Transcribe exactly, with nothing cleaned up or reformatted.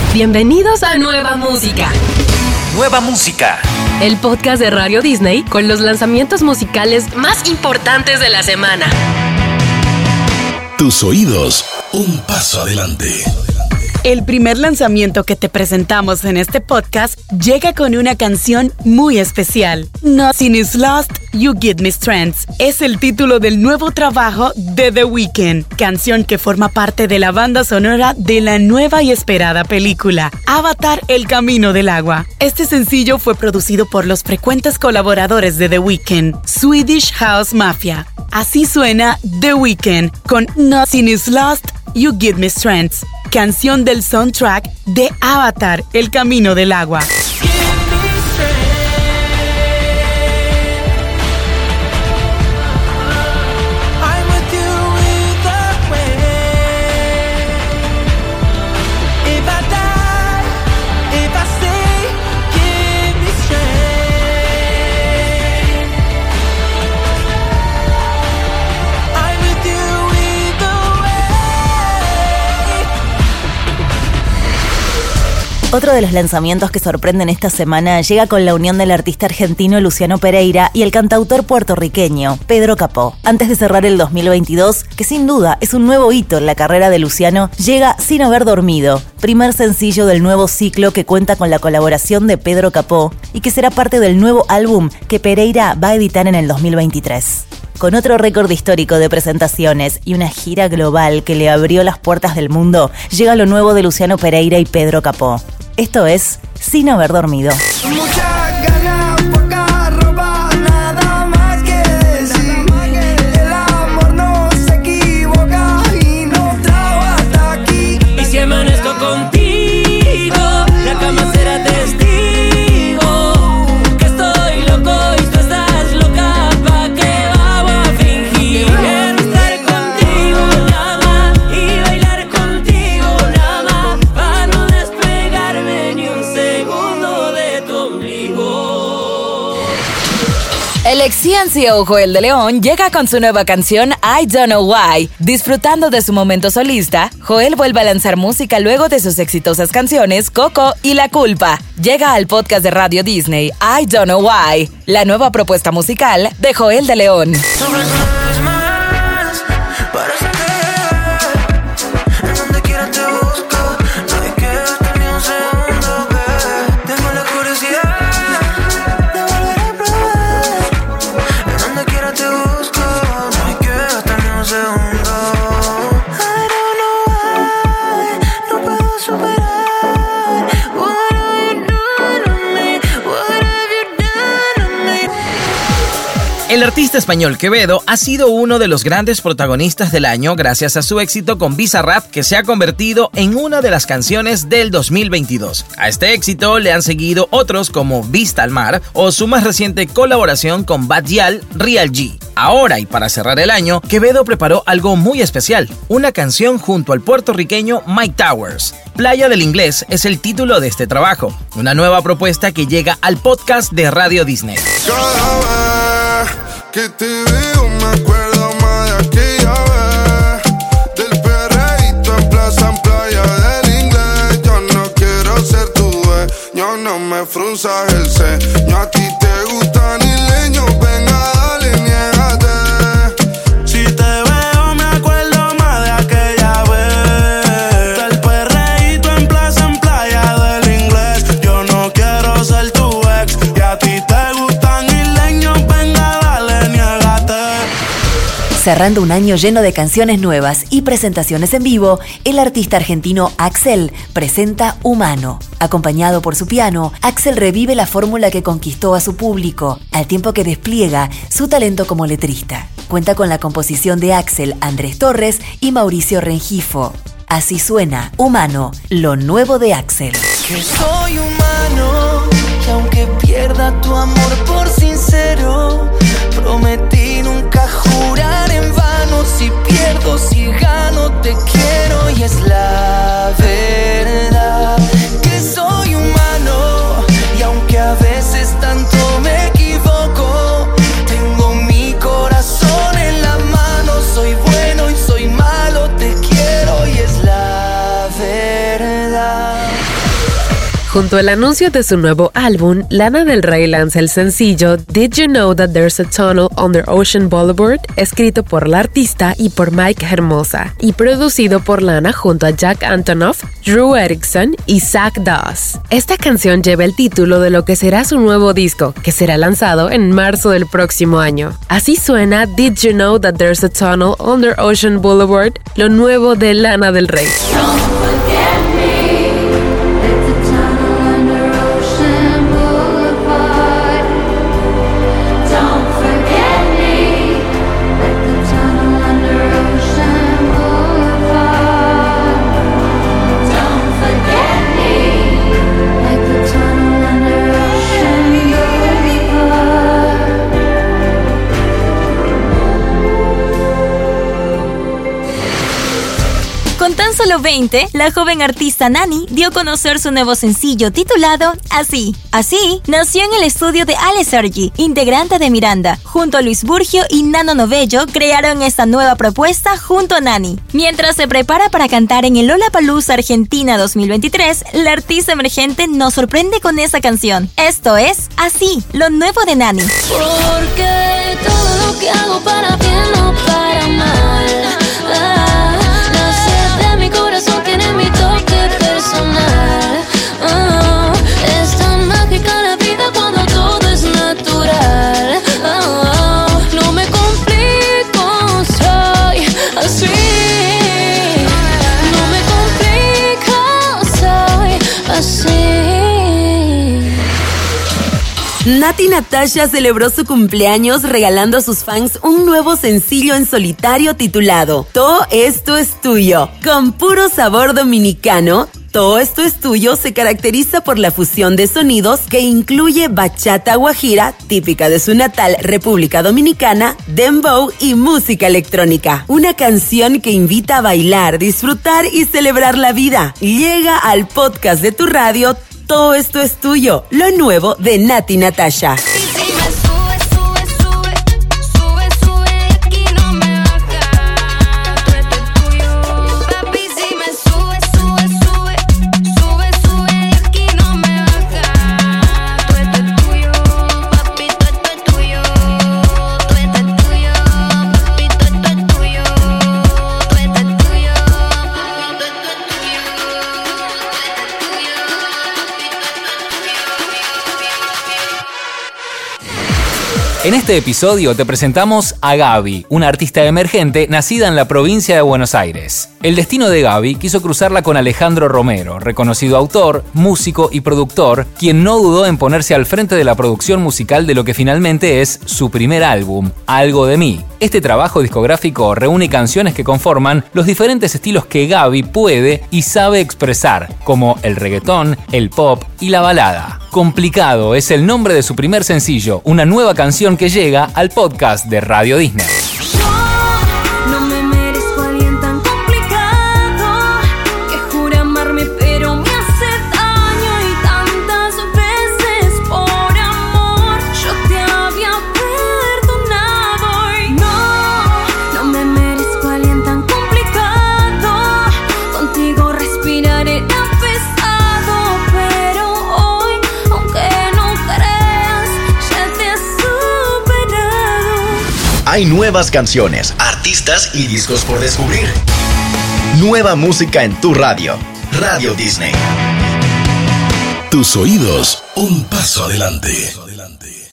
Bienvenidos a Nueva Música. Nueva Música. El podcast de Radio Disney con los lanzamientos musicales más importantes de la semana. Tus oídos, un paso adelante. El primer lanzamiento que te presentamos en este podcast llega con una canción muy especial. Nothing is Lost, You Give Me Strength. Es el título del nuevo trabajo de The Weeknd, canción que forma parte de la banda sonora de la nueva y esperada película Avatar: El Camino del Agua. Este sencillo fue producido por los frecuentes colaboradores de The Weeknd, Swedish House Mafia. Así suena The Weeknd con Nothing is Lost, You Give Me Strength, canción del soundtrack de Avatar: El Camino del Agua. Otro de los lanzamientos que sorprenden esta semana llega con la unión del artista argentino Luciano Pereira y el cantautor puertorriqueño Pedro Capó. Antes de cerrar el dos mil veintidós, que sin duda es un nuevo hito en la carrera de Luciano, llega Sin Haber Dormido, primer sencillo del nuevo ciclo que cuenta con la colaboración de Pedro Capó y que será parte del nuevo álbum que Pereira va a editar en el dos mil veintitrés. Con otro récord histórico de presentaciones y una gira global que le abrió las puertas del mundo, llega lo nuevo de Luciano Pereira y Pedro Capó. Esto es Sin Haber Dormido. El ex C N C O Joel de León llega con su nueva canción I Don't Know Why. Disfrutando de su momento solista, Joel vuelve a lanzar música luego de sus exitosas canciones Coco y La Culpa. Llega al podcast de Radio Disney I Don't Know Why, la nueva propuesta musical de Joel de León. El artista español Quevedo ha sido uno de los grandes protagonistas del año gracias a su éxito con Bizarrap, que se ha convertido en una de las canciones del dos mil veintidós. A este éxito le han seguido otros como Vista al Mar o su más reciente colaboración con Bad Gyal, Real G. Ahora, y para cerrar el año, Quevedo preparó algo muy especial, una canción junto al puertorriqueño Mike Towers. Playa del Inglés es el título de este trabajo, una nueva propuesta que llega al podcast de Radio Disney. Que te veo, me acuerdo más de aquella vez, del perreíto en plaza, en playa del Inglés. Yo no quiero ser tu dueño, no me frunzas el ceño. A ti te gustan isleños, venga, dale, niégate. Si te veo, me acuerdo más de aquella vez, del perreíto en plaza, en playa del Inglés. Yo no quiero ser tu ex, y a ti te gustan isleños, venga, dale. Cerrando un año lleno de canciones nuevas y presentaciones en vivo, el artista argentino Axel presenta Humano. Acompañado por su piano, Axel revive la fórmula que conquistó a su público, al tiempo que despliega su talento como letrista. Cuenta con la composición de Axel, Andrés Torres y Mauricio Rengifo. Así suena Humano, lo nuevo de Axel. Que soy humano, que aunque pierda tu amor por sincero, prometí nunca jurar en vano. Si pierdo, si gano, te quiero y es la verdad. Que soy humano y aunque a veces tanto me equivoco, tengo mi corazón en la mano. Soy bueno y soy malo, te quiero y es la verdad. Junto al anuncio de su nuevo álbum, Lana Del Rey lanza el sencillo Did You Know That There's a Tunnel Under Ocean Boulevard, escrito por la artista y por Mike Hermosa, y producido por Lana junto a Jack Antonoff, Drew Erickson y Zach Doss. Esta canción lleva el título de lo que será su nuevo disco, que será lanzado en marzo del próximo año. Así suena Did You Know That There's a Tunnel Under Ocean Boulevard, lo nuevo de Lana Del Rey. Con tan solo veinte, la joven artista Nani dio a conocer su nuevo sencillo titulado Así. Así nació en el estudio de Ale Sergi, integrante de Miranda. Junto a Luis Burgio y Nano Novello crearon esta nueva propuesta junto a Nani. Mientras se prepara para cantar en el Lollapalooza Argentina dos mil veintitrés, la artista emergente nos sorprende con esta canción. Esto es Así, lo nuevo de Nani. Porque todo lo que hago para bien o para mal, ah, tiene mi toque personal. Oh, es tan mágica la vida cuando todo es natural. Oh, no me complico, soy así. No me complico, soy así. Nati Natasha celebró su cumpleaños regalando a sus fans un nuevo sencillo en solitario titulado Todo Esto Es Tuyo. Con puro sabor dominicano, Todo Esto Es Tuyo se caracteriza por la fusión de sonidos que incluye bachata guajira, típica de su natal República Dominicana, dembow y música electrónica. Una canción que invita a bailar, disfrutar y celebrar la vida. Llega al podcast de tu radio Todo Esto Es Tuyo, lo nuevo de Nati Natasha. En este episodio te presentamos a Gaby, una artista emergente nacida en la provincia de Buenos Aires. El destino de Gaby quiso cruzarla con Alejandro Romero, reconocido autor, músico y productor, quien no dudó en ponerse al frente de la producción musical de lo que finalmente es su primer álbum, Algo de Mí. Este trabajo discográfico reúne canciones que conforman los diferentes estilos que Gaby puede y sabe expresar, como el reggaetón, el pop y la balada. Complicado es el nombre de su primer sencillo, una nueva canción que llega al podcast de Radio Disney. No me merezco a alguien tan complicado que jura amarme pero me hace daño, y tantas veces por amor yo te había perdonado. Y no, no me merezco a alguien tan complicado, contigo respiraré pesado, pero hoy, aunque no creas, ya te has superado. Hay nuevas canciones, artistas y discos por descubrir. Nueva música en tu radio. Radio Disney. Tus oídos, un paso adelante.